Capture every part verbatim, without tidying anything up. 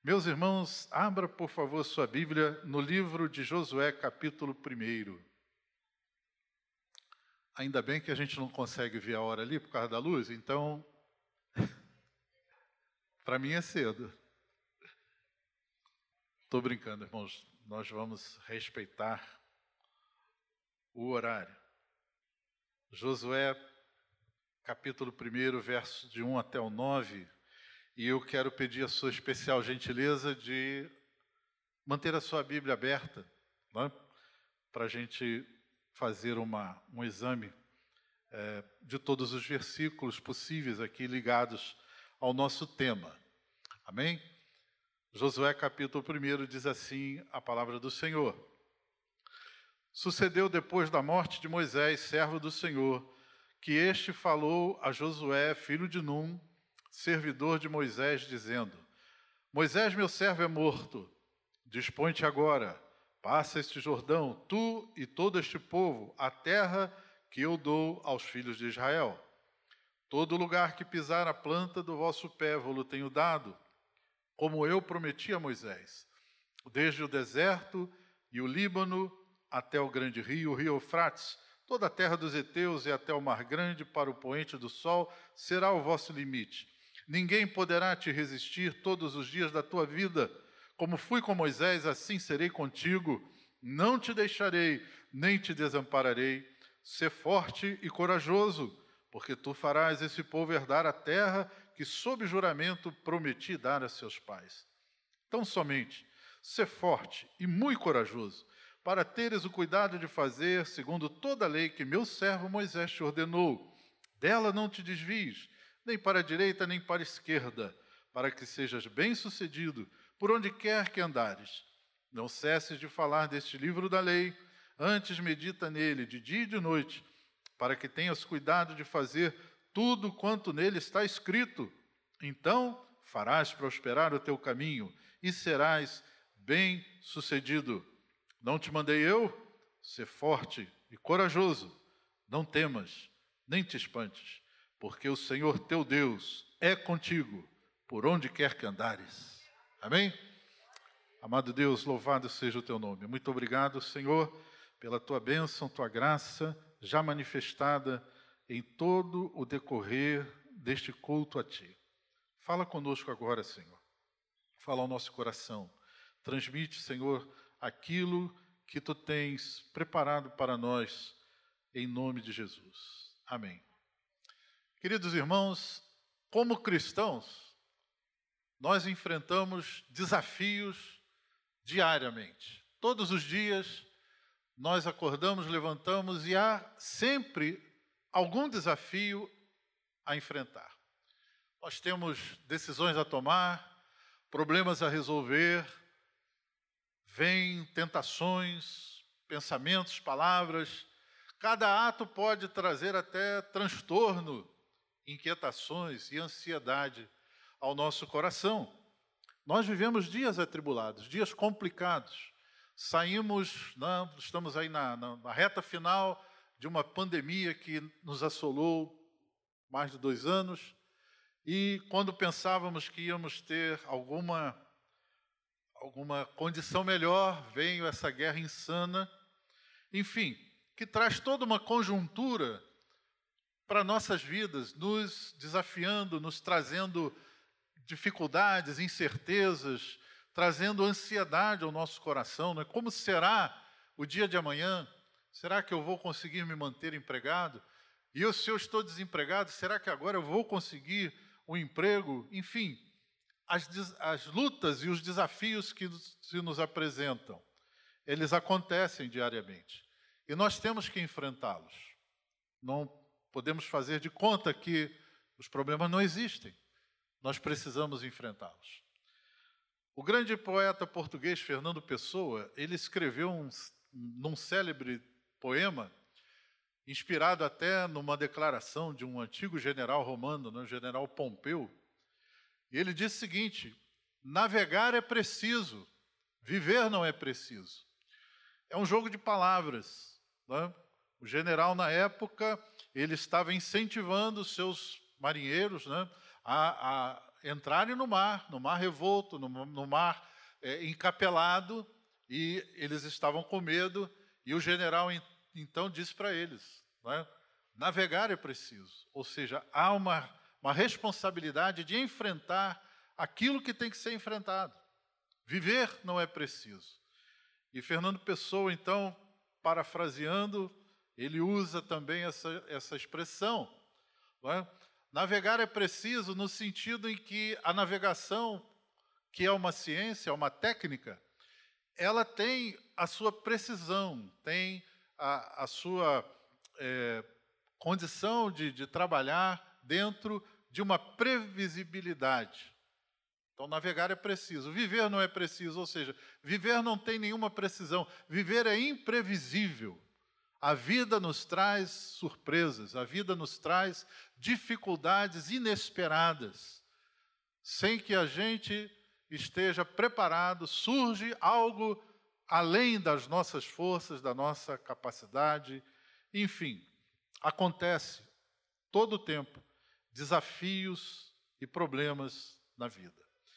Meus irmãos, abra, por favor, sua Bíblia no livro de Josué, capítulo primeiro. Ainda bem que a gente não consegue ver a hora ali por causa da luz, então, para mim é cedo. Estou brincando, irmãos, nós vamos respeitar o horário. Josué, capítulo primeiro, versos de um até o nove, e eu quero pedir a sua especial gentileza de manter a sua Bíblia aberta, né, para a gente fazer uma, um exame é, de todos os versículos possíveis aqui ligados ao nosso tema. Amém? Josué capítulo primeiro diz assim a palavra do Senhor. Sucedeu depois da morte de Moisés, servo do Senhor, que este falou a Josué, filho de Num, servidor de Moisés, dizendo: Moisés, meu servo, é morto. Dispõe-te agora, passa este Jordão, tu e todo este povo, a terra que eu dou aos filhos de Israel. Todo lugar que pisar a planta do vosso pé vou-lo tenho dado, como eu prometi a Moisés, desde o deserto e o Líbano até o grande rio, o rio Eufrates, toda a terra dos heteus e até o mar grande, para o poente do sol, será o vosso limite. Ninguém poderá te resistir todos os dias da tua vida. Como fui com Moisés, assim serei contigo. Não te deixarei, nem te desampararei. Sê forte e corajoso, porque tu farás esse povo herdar a terra que, sob juramento, prometi dar a seus pais. Tão somente, sê forte e muito corajoso, para teres o cuidado de fazer segundo toda a lei que meu servo Moisés te ordenou. Dela não te desvies, nem para a direita, nem para a esquerda, para que sejas bem-sucedido por onde quer que andares. Não cesses de falar deste livro da lei, antes medita nele de dia e de noite, para que tenhas cuidado de fazer tudo quanto nele está escrito. Então farás prosperar o teu caminho e serás bem-sucedido. Não te mandei eu? Sê forte e corajoso, não temas, nem te espantes, porque o Senhor teu Deus é contigo, por onde quer que andares. Amém? Amado Deus, louvado seja o teu nome. Muito obrigado, Senhor, pela tua bênção, tua graça, já manifestada em todo o decorrer deste culto a ti. Fala conosco agora, Senhor. Fala ao nosso coração. Transmite, Senhor, aquilo que tu tens preparado para nós, em nome de Jesus. Amém. Queridos irmãos, como cristãos, nós enfrentamos desafios diariamente. Todos os dias, nós acordamos, levantamos e há sempre algum desafio a enfrentar. Nós temos decisões a tomar, problemas a resolver, vêm tentações, pensamentos, palavras. Cada ato pode trazer até transtorno, inquietações e ansiedade ao nosso coração. Nós vivemos dias atribulados, dias complicados. Saímos, né, estamos aí na, na, na reta final de uma pandemia que nos assolou mais de dois anos, e quando pensávamos que íamos ter alguma, alguma condição melhor, veio essa guerra insana, enfim, que traz toda uma conjuntura para nossas vidas, nos desafiando, nos trazendo dificuldades, incertezas, trazendo ansiedade ao nosso coração, né? Como será o dia de amanhã? Será que eu vou conseguir me manter empregado? E eu, se eu estou desempregado, será que agora eu vou conseguir um emprego? Enfim, as, as lutas e os desafios que se nos apresentam, eles acontecem diariamente. E nós temos que enfrentá-los. Não podemos fazer de conta que os problemas não existem. Nós precisamos enfrentá-los. O grande poeta português Fernando Pessoa, ele escreveu um, num célebre poema, inspirado até numa declaração de um antigo general romano, né, o general Pompeu, e ele disse o seguinte: navegar é preciso, viver não é preciso. É um jogo de palavras, né? O general, na época, ele estava incentivando os seus marinheiros, né, a, a entrarem no mar, no mar revolto, no, no mar é, encapelado, e eles estavam com medo, e o general então disse para eles, não é? Navegar é preciso, ou seja, há uma, uma responsabilidade de enfrentar aquilo que tem que ser enfrentado. Viver não é preciso. E Fernando Pessoa, então, parafraseando, ele usa também essa, essa expressão, não é? Navegar é preciso no sentido em que a navegação, que é uma ciência, é uma técnica, ela tem a sua precisão, tem a, a sua é, condição de, de trabalhar dentro de uma previsibilidade. Então, navegar é preciso. Viver não é preciso, ou seja, viver não tem nenhuma precisão. Viver é imprevisível. A vida nos traz surpresas, a vida nos traz dificuldades inesperadas. Sem que a gente esteja preparado, surge algo além das nossas forças, da nossa capacidade. Enfim, acontece todo o tempo desafios e problemas na vida.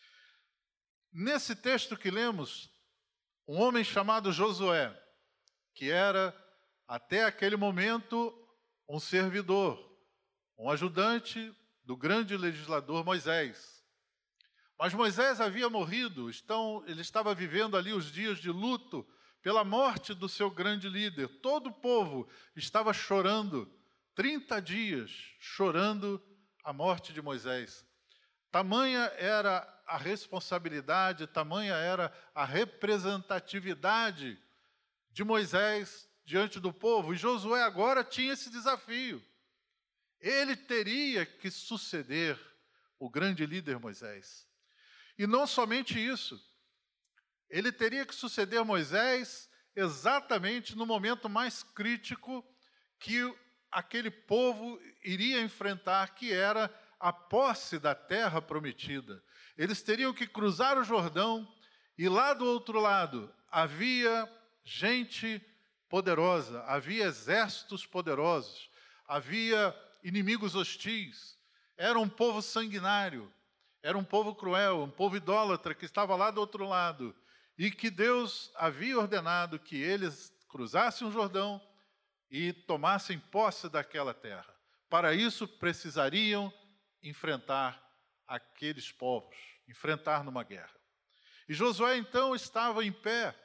Nesse texto que lemos, um homem chamado Josué, que era até aquele momento um servidor, um ajudante do grande legislador Moisés. Mas Moisés havia morrido, então ele estava vivendo ali os dias de luto pela morte do seu grande líder. Todo o povo estava chorando, trinta dias chorando a morte de Moisés. Tamanha era a responsabilidade, tamanha era a representatividade de Moisés diante do povo. E Josué agora tinha esse desafio. Ele teria que suceder o grande líder Moisés. E não somente isso, ele teria que suceder Moisés exatamente no momento mais crítico que aquele povo iria enfrentar, que era a posse da terra prometida. Eles teriam que cruzar o Jordão, e lá do outro lado havia gente poderosa, havia exércitos poderosos, havia inimigos hostis, era um povo sanguinário, era um povo cruel, um povo idólatra que estava lá do outro lado, e que Deus havia ordenado que eles cruzassem o Jordão e tomassem posse daquela terra. Para isso precisariam enfrentar aqueles povos, enfrentar numa guerra. E Josué então estava em pé,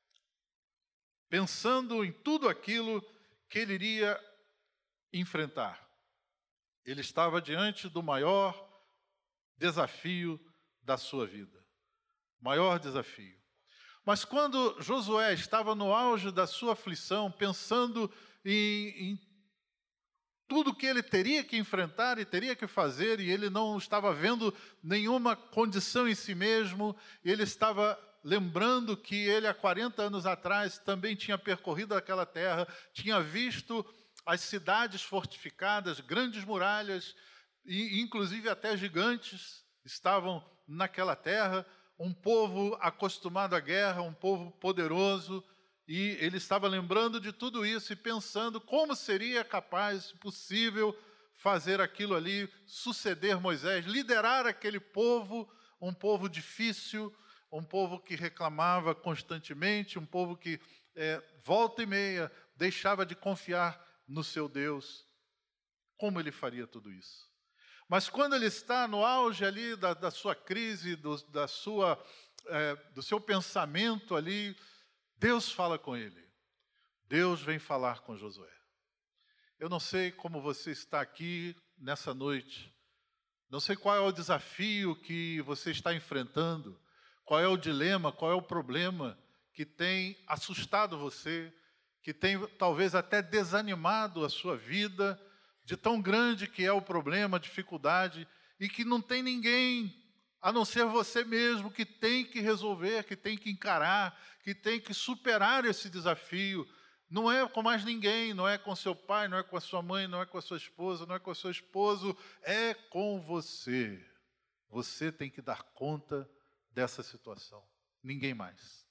pensando em tudo aquilo que ele iria enfrentar. Ele estava diante do maior desafio da sua vida. Maior desafio. Mas quando Josué estava no auge da sua aflição, pensando em, em tudo que ele teria que enfrentar e teria que fazer, e ele não estava vendo nenhuma condição em si mesmo, ele estava lembrando que ele, há quarenta anos atrás, também tinha percorrido aquela terra, tinha visto as cidades fortificadas, grandes muralhas, e inclusive até gigantes estavam naquela terra, um povo acostumado à guerra, um povo poderoso, e ele estava lembrando de tudo isso e pensando como seria capaz, possível, fazer aquilo ali, suceder Moisés, liderar aquele povo, um povo difícil, um povo que reclamava constantemente, um povo que, é, volta e meia, deixava de confiar no seu Deus. Como ele faria tudo isso? Mas quando ele está no auge ali da, da sua crise, do, da sua, é, do seu pensamento ali, Deus fala com ele. Deus vem falar com Josué. Eu não sei como você está aqui nessa noite. Não sei qual é o desafio que você está enfrentando. Qual é o dilema, qual é o problema que tem assustado você, que tem talvez até desanimado a sua vida, de tão grande que é o problema, a dificuldade, e que não tem ninguém, a não ser você mesmo, que tem que resolver, que tem que encarar, que tem que superar esse desafio. Não é com mais ninguém, não é com seu pai, não é com a sua mãe, não é com a sua esposa, não é com o seu esposo, é com você. Você tem que dar conta dessa situação, ninguém mais.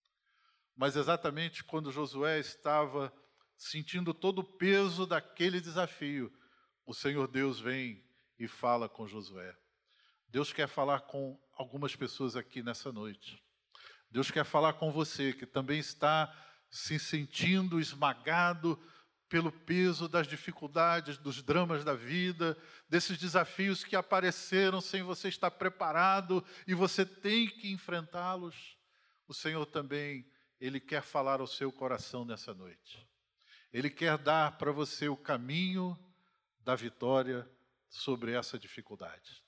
Mas exatamente quando Josué estava sentindo todo o peso daquele desafio, o Senhor Deus vem e fala com Josué. Deus quer falar com algumas pessoas aqui nessa noite. Deus quer falar com você que também está se sentindo esmagado pelo peso das dificuldades, dos dramas da vida, desses desafios que apareceram sem você estar preparado e você tem que enfrentá-los. O Senhor também, Ele quer falar ao seu coração nessa noite. Ele quer dar para você o caminho da vitória sobre essa dificuldade.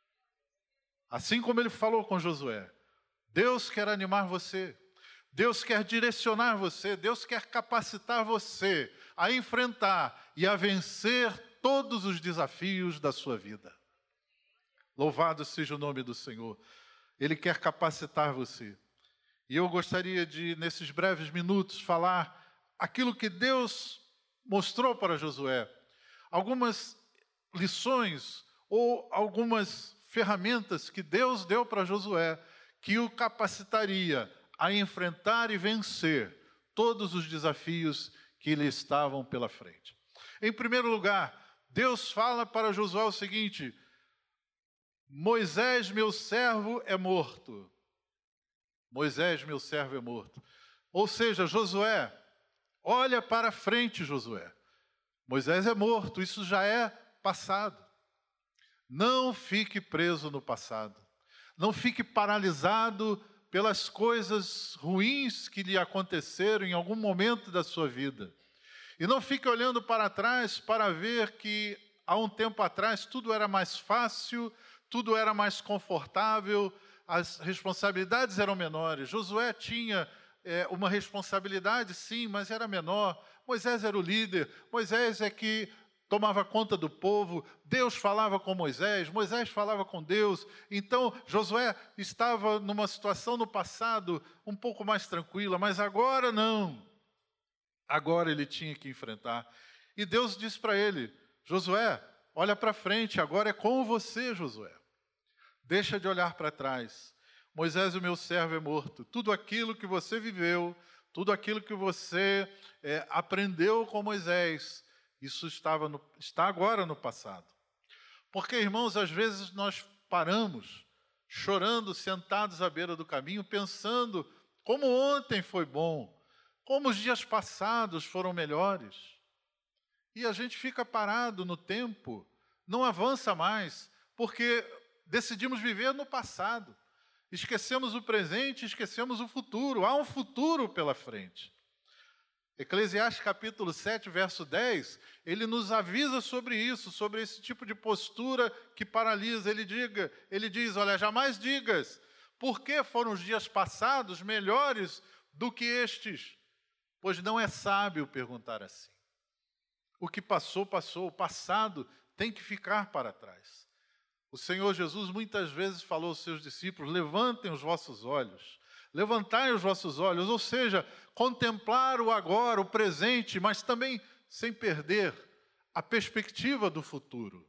Assim como Ele falou com Josué, Deus quer animar você, Deus quer direcionar você, Deus quer capacitar você a enfrentar e a vencer todos os desafios da sua vida. Louvado seja o nome do Senhor. Ele quer capacitar você. E eu gostaria de, nesses breves minutos, falar aquilo que Deus mostrou para Josué. Algumas lições ou algumas ferramentas que Deus deu para Josué que o capacitaria a enfrentar e vencer todos os desafios que lhe estavam pela frente. Em primeiro lugar, Deus fala para Josué o seguinte: Moisés, meu servo, é morto. Moisés, meu servo, é morto. Ou seja, Josué, olha para frente, Josué. Moisés é morto, isso já é passado. Não fique preso no passado. Não fique paralisado pelas coisas ruins que lhe aconteceram em algum momento da sua vida. E não fique olhando para trás para ver que há um tempo atrás tudo era mais fácil, tudo era mais confortável, as responsabilidades eram menores. Josué tinha é, uma responsabilidade, sim, mas era menor. Moisés era o líder, Moisés é que tomava conta do povo, Deus falava com Moisés, Moisés falava com Deus. Então, Josué estava numa situação no passado um pouco mais tranquila, mas agora não. Agora ele tinha que enfrentar. E Deus disse para ele: Josué, olha para frente, agora é com você, Josué. Deixa de olhar para trás. Moisés, o meu servo, é morto. Tudo aquilo que você viveu, tudo aquilo que você é, aprendeu com Moisés, isso estava no, está agora no passado. Porque, irmãos, às vezes nós paramos, chorando, sentados à beira do caminho, pensando como ontem foi bom, como os dias passados foram melhores. E a gente fica parado no tempo, não avança mais, porque decidimos viver no passado. Esquecemos o presente, esquecemos o futuro. Há um futuro pela frente. Eclesiastes capítulo sete, verso dez, ele nos avisa sobre isso, sobre esse tipo de postura que paralisa. Ele, diga, ele diz, olha, jamais digas, por que foram os dias passados melhores do que estes? Pois não é sábio perguntar assim. O que passou, passou. O passado tem que ficar para trás. O Senhor Jesus muitas vezes falou aos seus discípulos: levantem os vossos olhos, levantai os vossos olhos, ou seja, contemplar o agora, o presente, mas também sem perder a perspectiva do futuro.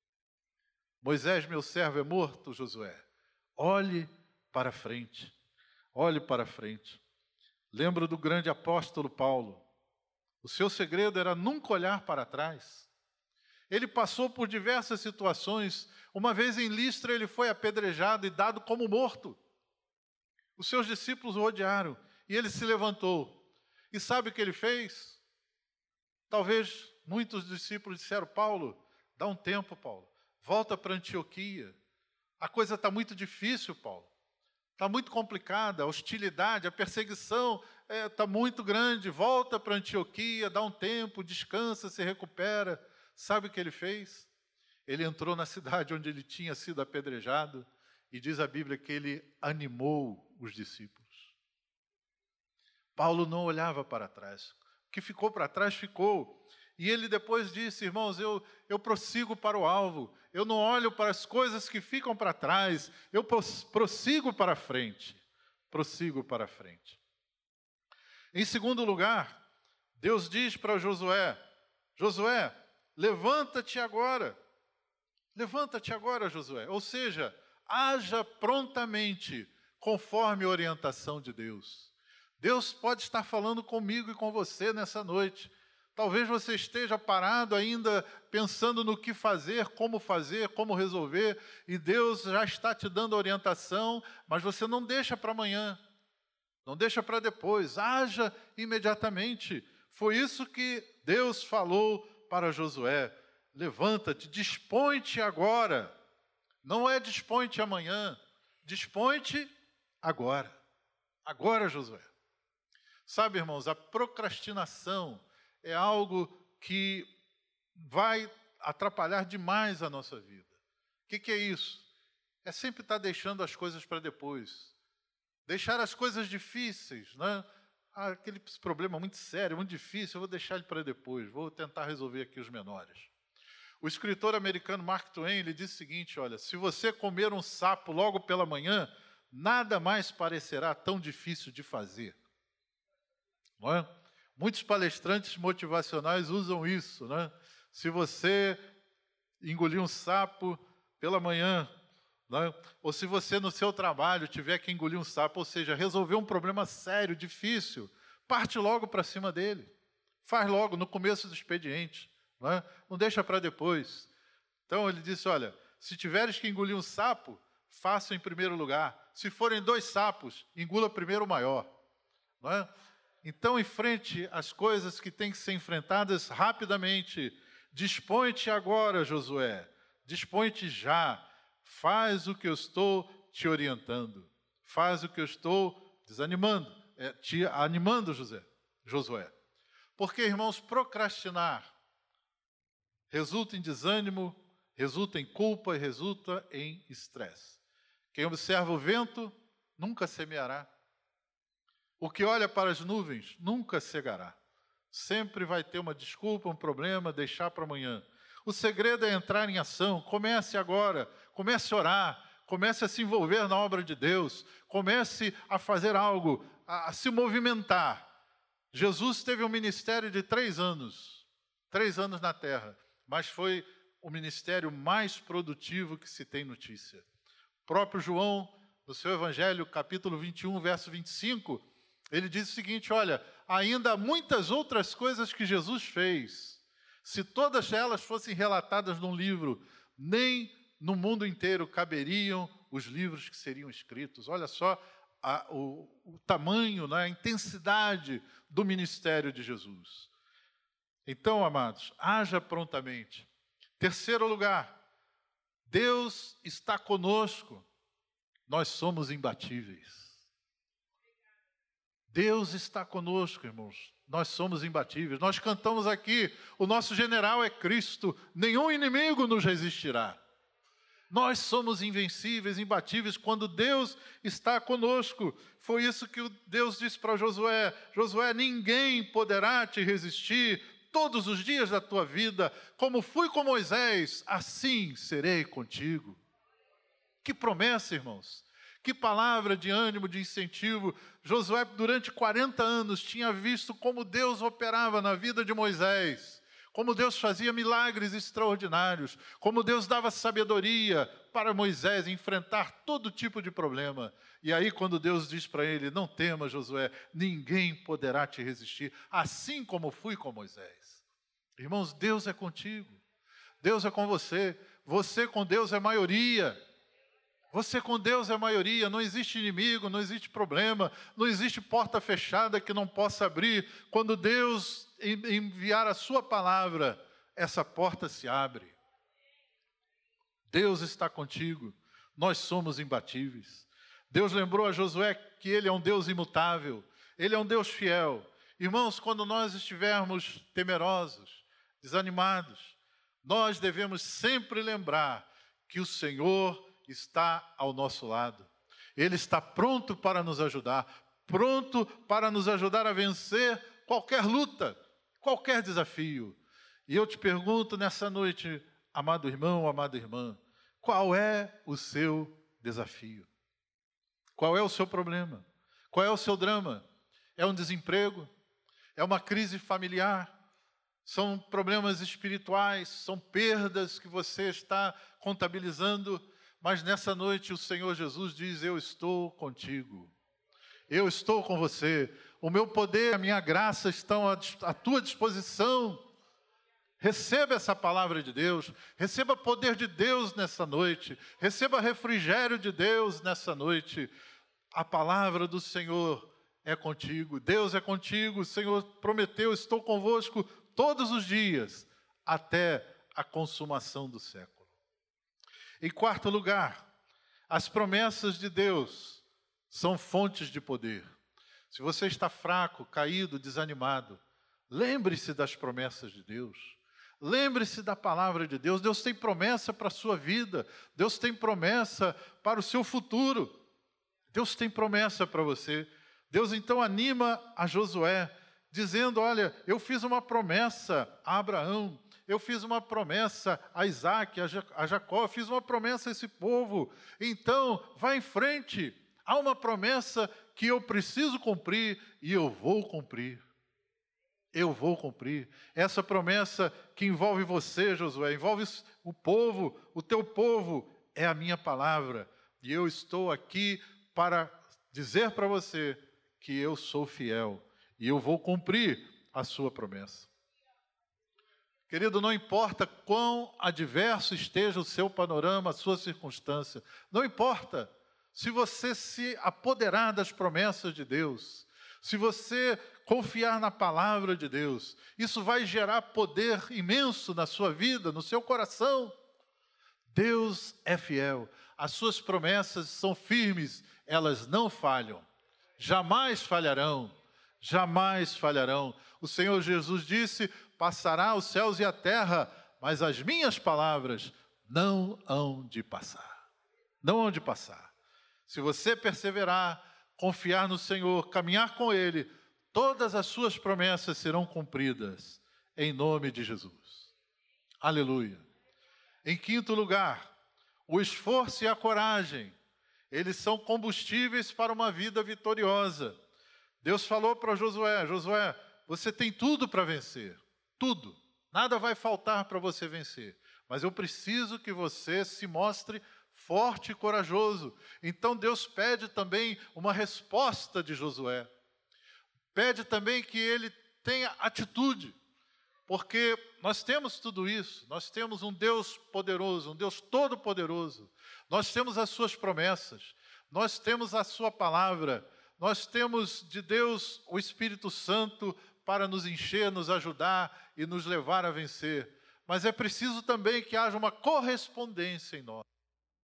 Moisés, meu servo, é morto, Josué. Olhe para frente, olhe para frente. Lembro do grande apóstolo Paulo. O seu segredo era nunca olhar para trás. Ele passou por diversas situações. Uma vez em Listra, ele foi apedrejado e dado como morto. Os seus discípulos o odiaram e ele se levantou. E sabe o que ele fez? Talvez muitos discípulos disseram: Paulo, dá um tempo, Paulo. Volta para Antioquia. A coisa está muito difícil, Paulo. Está muito complicada, a hostilidade, a perseguição está é, muito grande. Volta para Antioquia, dá um tempo, descansa, se recupera. Sabe o que ele fez? Ele entrou na cidade onde ele tinha sido apedrejado e diz a Bíblia que ele animou os discípulos. Paulo não olhava para trás. O que ficou para trás, ficou. E ele depois disse: irmãos, eu, eu prossigo para o alvo. Eu não olho para as coisas que ficam para trás. Eu prossigo para frente. Prossigo para frente. Em segundo lugar, Deus diz para Josué: Josué, levanta-te agora. Levanta-te agora, Josué. Ou seja, haja prontamente, conforme a orientação de Deus. Deus pode estar falando comigo e com você nessa noite. Talvez você esteja parado ainda pensando no que fazer, como fazer, como resolver, e Deus já está te dando orientação, mas você não deixa para amanhã, não deixa para depois, haja imediatamente. Foi isso que Deus falou para Josué: levanta-te, dispõe-te agora. Não é dispõe-te amanhã, dispõe-te agora. Agora, Josué. Sabe, irmãos, a procrastinação é algo que vai atrapalhar demais a nossa vida. O que, que é isso? É sempre estar deixando as coisas para depois. Deixar as coisas difíceis, né? Ah, aquele problema muito sério, muito difícil, eu vou deixar ele para depois, vou tentar resolver aqui os menores. O escritor americano Mark Twain, ele diz o seguinte: olha, se você comer um sapo logo pela manhã, nada mais parecerá tão difícil de fazer. Não é? Muitos palestrantes motivacionais usam isso, né? Se você engolir um sapo pela manhã, né? Ou se você no seu trabalho tiver que engolir um sapo, ou seja, resolver um problema sério, difícil, parte logo para cima dele. Faz logo, no começo do expediente. Não é? Não deixa para depois. Então ele disse, olha, se tiveres que engolir um sapo, faça em primeiro lugar. Se forem dois sapos, engula primeiro o maior. Não é? Então, enfrente as coisas que têm que ser enfrentadas rapidamente. Dispõe-te agora, Josué. Dispõe-te já. Faz o que eu estou te orientando. Faz o que eu estou desanimando, é, te animando, José, Josué. Porque, irmãos, procrastinar resulta em desânimo, resulta em culpa e resulta em estresse. Quem observa o vento nunca semeará. O que olha para as nuvens nunca cegará. Sempre vai ter uma desculpa, um problema, deixar para amanhã. O segredo é entrar em ação. Comece agora, comece a orar, comece a se envolver na obra de Deus, comece a fazer algo, a, a se movimentar. Jesus teve um ministério de três anos, três anos na terra, mas foi o ministério mais produtivo que se tem notícia. O próprio João, no seu Evangelho, capítulo vinte e um, verso vinte e cinco, ele diz o seguinte, olha, ainda há muitas outras coisas que Jesus fez. Se todas elas fossem relatadas num livro, nem no mundo inteiro caberiam os livros que seriam escritos. Olha só a, o, o tamanho, né, a intensidade do ministério de Jesus. Então, amados, haja prontamente. Terceiro lugar, Deus está conosco. Nós somos imbatíveis. Deus está conosco, irmãos. Nós somos imbatíveis. Nós cantamos aqui, o nosso general é Cristo, nenhum inimigo nos resistirá. Nós somos invencíveis, imbatíveis, quando Deus está conosco. Foi isso que Deus disse para Josué. Josué, ninguém poderá te resistir todos os dias da tua vida. Como fui com Moisés, assim serei contigo. Que promessa, irmãos. Que palavra de ânimo, de incentivo. Josué, durante quarenta anos, tinha visto como Deus operava na vida de Moisés, como Deus fazia milagres extraordinários, como Deus dava sabedoria para Moisés enfrentar todo tipo de problema. E aí, quando Deus diz para ele, não temas, Josué, ninguém poderá te resistir, assim como fui com Moisés. Irmãos, Deus é contigo, Deus é com você, você com Deus é maioria. Você com Deus é a maioria, não existe inimigo, não existe problema, não existe porta fechada que não possa abrir. Quando Deus enviar a sua palavra, essa porta se abre. Deus está contigo, nós somos imbatíveis. Deus lembrou a Josué que Ele é um Deus imutável, Ele é um Deus fiel. Irmãos, quando nós estivermos temerosos, desanimados, nós devemos sempre lembrar que o Senhor está ao nosso lado. Ele está pronto para nos ajudar, pronto para nos ajudar a vencer qualquer luta, qualquer desafio. E eu te pergunto nessa noite, amado irmão, amada irmã, qual é o seu desafio? Qual é o seu problema? Qual é o seu drama? É um desemprego? É uma crise familiar? São problemas espirituais? São perdas que você está contabilizando? Mas nessa noite o Senhor Jesus diz, eu estou contigo. Eu estou com você. O meu poder, a minha graça estão à, à tua disposição. Receba essa palavra de Deus. Receba poder de Deus nessa noite. Receba refrigério de Deus nessa noite. A palavra do Senhor é contigo. Deus é contigo. O Senhor prometeu, estou convosco todos os dias, até a consumação do século. Em quarto lugar, as promessas de Deus são fontes de poder. Se você está fraco, caído, desanimado, lembre-se das promessas de Deus. Lembre-se da palavra de Deus. Deus tem promessa para a sua vida. Deus tem promessa para o seu futuro. Deus tem promessa para você. Deus então anima a Josué, dizendo, olha, eu fiz uma promessa a Abraão, eu fiz uma promessa a Isaac, a Jacó, eu fiz uma promessa a esse povo. Então, vá em frente. Há uma promessa que eu preciso cumprir e eu vou cumprir. Eu vou cumprir. Essa promessa que envolve você, Josué, envolve o povo, o teu povo, é a minha palavra. E eu estou aqui para dizer para você que eu sou fiel e eu vou cumprir a sua promessa. Querido, não importa quão adverso esteja o seu panorama, a sua circunstância, não importa se você se apoderar das promessas de Deus, se você confiar na palavra de Deus, isso vai gerar poder imenso na sua vida, no seu coração. Deus é fiel, as suas promessas são firmes, elas não falham, jamais falharão, jamais falharão. O Senhor Jesus disse, passará os céus e a terra, mas as minhas palavras não hão de passar, não hão de passar. Se você perseverar, confiar no Senhor, caminhar com Ele, todas as suas promessas serão cumpridas, em nome de Jesus. Aleluia. Em quinto lugar, o esforço e a coragem, eles são combustíveis para uma vida vitoriosa. Deus falou para Josué, Josué, você tem tudo para vencer, tudo. Nada vai faltar para você vencer, mas eu preciso que você se mostre forte e corajoso. Então Deus pede também uma resposta de Josué. Pede também que ele tenha atitude, porque nós temos tudo isso, nós temos um Deus poderoso, um Deus todo-poderoso, nós temos as suas promessas, nós temos a sua palavra, nós temos de Deus o Espírito Santo para nos encher, nos ajudar e nos levar a vencer. Mas é preciso também que haja uma correspondência em nós.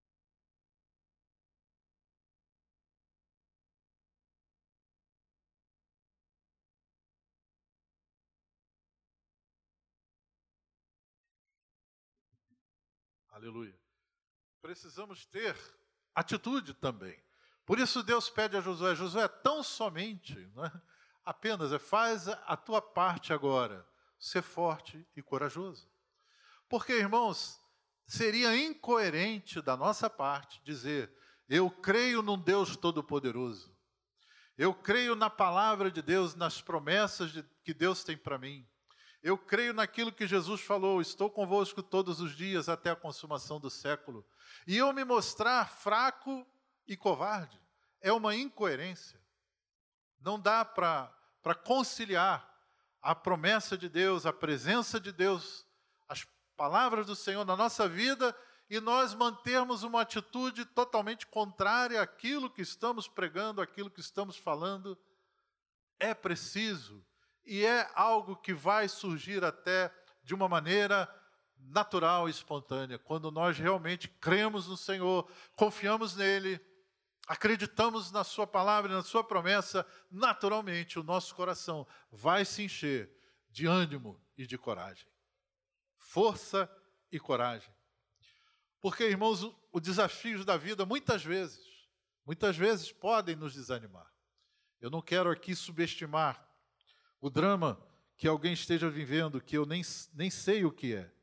Aleluia. Precisamos ter atitude também. Por isso Deus pede a Josué, Josué, tão somente, né? Apenas faz a tua parte agora, ser forte e corajoso. Porque, irmãos, seria incoerente da nossa parte dizer, eu creio num Deus todo-poderoso, eu creio na palavra de Deus, nas promessas de, que Deus tem para mim, eu creio naquilo que Jesus falou, estou convosco todos os dias até a consumação do século, e eu me mostrar fraco e covarde. É uma incoerência. Não dá para para conciliar a promessa de Deus, a presença de Deus, as palavras do Senhor na nossa vida e nós mantermos uma atitude totalmente contrária àquilo que estamos pregando, àquilo que estamos falando. É preciso e é algo que vai surgir até de uma maneira natural e espontânea, quando nós realmente cremos no Senhor, confiamos nele, acreditamos na sua palavra e na sua promessa, naturalmente o nosso coração vai se encher de ânimo e de coragem. Força e coragem. Porque, irmãos, os desafios da vida, muitas vezes, muitas vezes podem nos desanimar. Eu não quero aqui subestimar o drama que alguém esteja vivendo, que eu nem, nem sei o que é.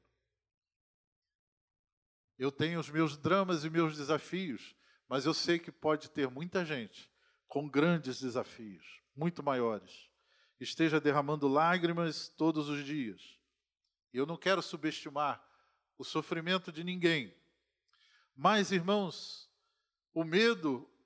Eu tenho os meus dramas e meus desafios, mas eu sei que pode ter muita gente com grandes desafios, muito maiores, esteja derramando lágrimas todos os dias. Eu não quero subestimar o sofrimento de ninguém. Mas, irmãos, o medo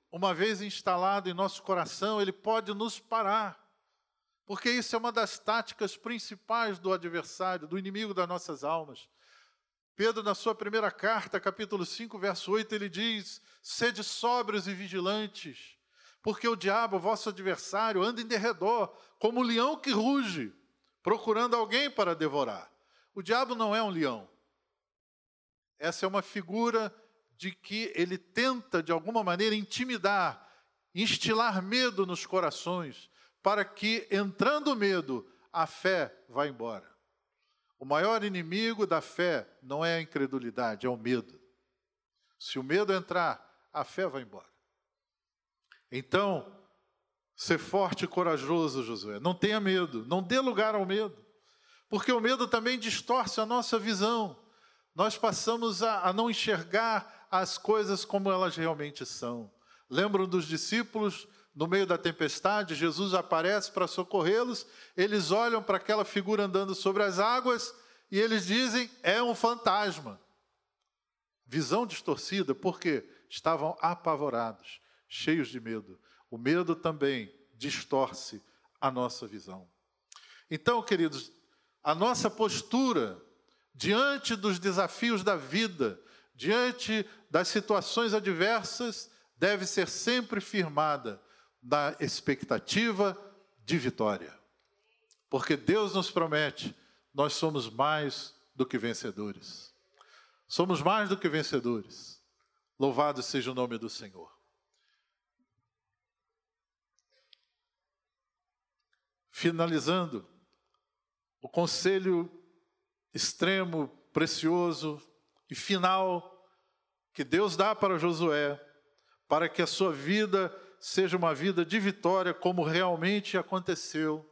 uma vez instalado em nosso coração, ele pode nos parar. Porque isso é uma das táticas principais do adversário, do inimigo das nossas almas. Pedro, na sua primeira carta, capítulo cinco, verso oito, ele diz: sede sóbrios e vigilantes, porque o diabo, vosso adversário, anda em derredor, como um leão que ruge, procurando alguém para devorar. O diabo não é um leão. Essa é uma figura de que ele tenta, de alguma maneira, intimidar, instilar medo nos corações, para que, entrando o medo, a fé vá embora. O maior inimigo da fé não é a incredulidade, é o medo. Se o medo entrar, a fé vai embora. Então, ser forte e corajoso, Josué. Não tenha medo, não dê lugar ao medo. Porque o medo também distorce a nossa visão. Nós passamos a, a não enxergar as coisas como elas realmente são. Lembram dos discípulos? No meio da tempestade, Jesus aparece para socorrê-los, eles olham para aquela figura andando sobre as águas e eles dizem, é um fantasma. Visão distorcida, porque estavam apavorados, cheios de medo. O medo também distorce a nossa visão. Então, queridos, a nossa postura diante dos desafios da vida, diante das situações adversas, deve ser sempre firmada na expectativa de vitória. Porque Deus nos promete, nós somos mais do que vencedores. Somos mais do que vencedores. Louvado seja o nome do Senhor. Finalizando, o conselho extremo, precioso e final que Deus dá para Josué, para que a sua vida seja uma vida de vitória, como realmente aconteceu.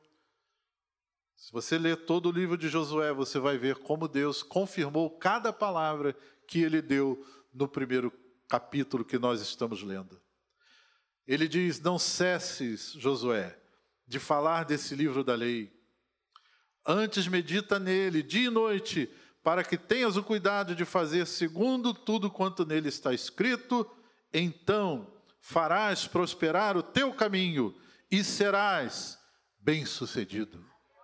Se você ler todo o livro de Josué, você vai ver como Deus confirmou cada palavra que ele deu no primeiro capítulo que nós estamos lendo. Ele diz, não cesses, Josué, de falar desse livro da lei. Antes medita nele, dia e noite, para que tenhas o cuidado de fazer segundo tudo quanto nele está escrito, então farás prosperar o teu caminho e serás bem-sucedido.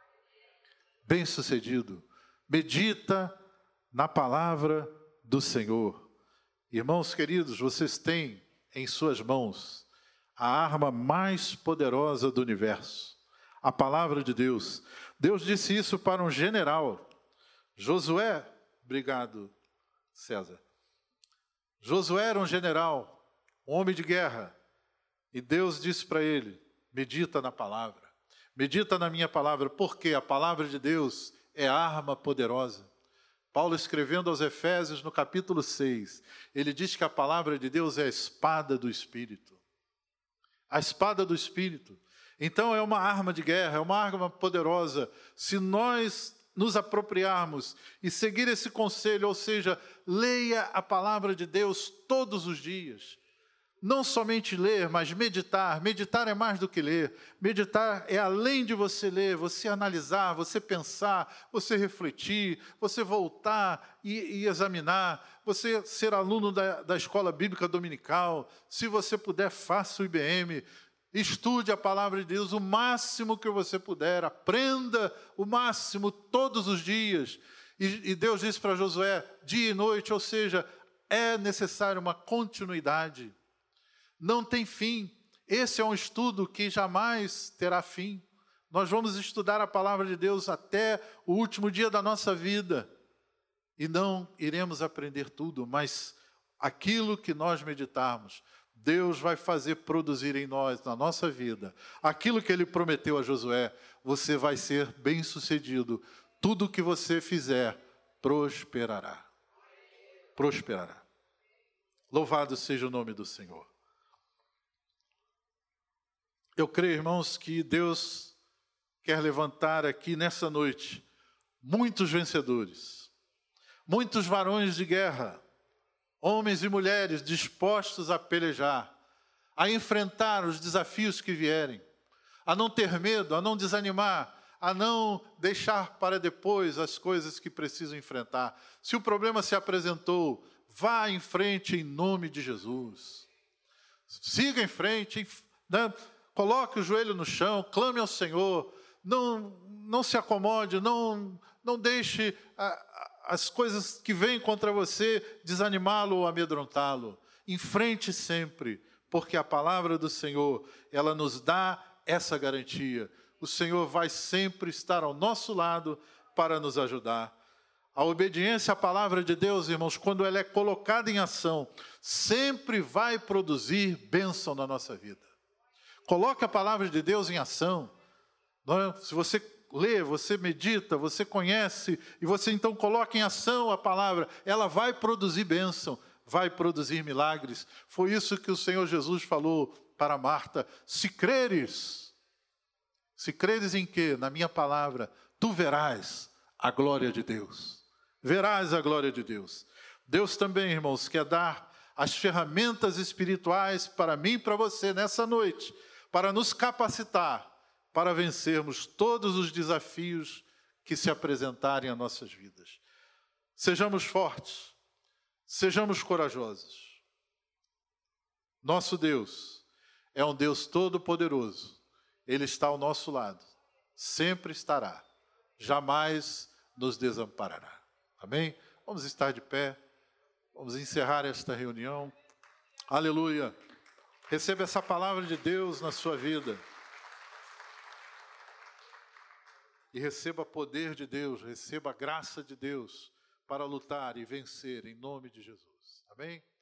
Bem-sucedido. Medita na palavra do Senhor. Irmãos queridos, vocês têm em suas mãos a arma mais poderosa do universo, a palavra de Deus. Deus disse isso para um general. Josué, obrigado, César. Josué era um general, um homem de guerra, e Deus disse para ele, medita na palavra, medita na minha palavra, porque a palavra de Deus é arma poderosa. Paulo, escrevendo aos Efésios, no capítulo seis, ele diz que a palavra de Deus é a espada do Espírito. A espada do Espírito. Então é uma arma de guerra, é uma arma poderosa. Se nós nos apropriarmos e seguir esse conselho, ou seja, leia a palavra de Deus todos os dias. Não somente ler, mas meditar. Meditar é mais do que ler. Meditar é além de você ler, você analisar, você pensar, você refletir, você voltar e, e examinar, você ser aluno da, da escola bíblica dominical. Se você puder, faça o I B M. Estude a palavra de Deus o máximo que você puder. Aprenda o máximo todos os dias. E, e Deus disse para Josué, dia e noite, ou seja, é necessário uma continuidade. Não tem fim. Esse é um estudo que jamais terá fim. Nós vamos estudar a palavra de Deus até o último dia da nossa vida. E não iremos aprender tudo, mas aquilo que nós meditarmos, Deus vai fazer produzir em nós, na nossa vida, aquilo que Ele prometeu a Josué. Você vai ser bem-sucedido. Tudo que você fizer, prosperará. Prosperará. Louvado seja o nome do Senhor. Eu creio, irmãos, que Deus quer levantar aqui nessa noite muitos vencedores, muitos varões de guerra, homens e mulheres dispostos a pelejar, a enfrentar os desafios que vierem, a não ter medo, a não desanimar, a não deixar para depois as coisas que precisam enfrentar. Se o problema se apresentou, vá em frente em nome de Jesus. siga em frente, né? Coloque o joelho no chão, clame ao Senhor, não, não se acomode, não, não deixe a, a, as coisas que vêm contra você desanimá-lo ou amedrontá-lo. Enfrente sempre, porque a palavra do Senhor, ela nos dá essa garantia. O Senhor vai sempre estar ao nosso lado para nos ajudar. A obediência à palavra de Deus, irmãos, quando ela é colocada em ação, sempre vai produzir bênção na nossa vida. Coloque a palavra de Deus em ação. Não é? Se você lê, você medita, você conhece, e você então coloca em ação a palavra, ela vai produzir bênção, vai produzir milagres. Foi isso que o Senhor Jesus falou para Marta: se creres, se creres em quê? Na minha palavra, tu verás a glória de Deus. Verás a glória de Deus. Deus também, irmãos, quer dar as ferramentas espirituais para mim e para você nessa noite, para nos capacitar para vencermos todos os desafios que se apresentarem às nossas vidas. Sejamos fortes, sejamos corajosos. Nosso Deus é um Deus todo-poderoso. Ele está ao nosso lado, sempre estará, jamais nos desamparará. Amém? Vamos estar de pé, vamos encerrar esta reunião. Aleluia! Receba essa palavra de Deus na sua vida. E receba poder de Deus, receba a graça de Deus para lutar e vencer em nome de Jesus. Amém?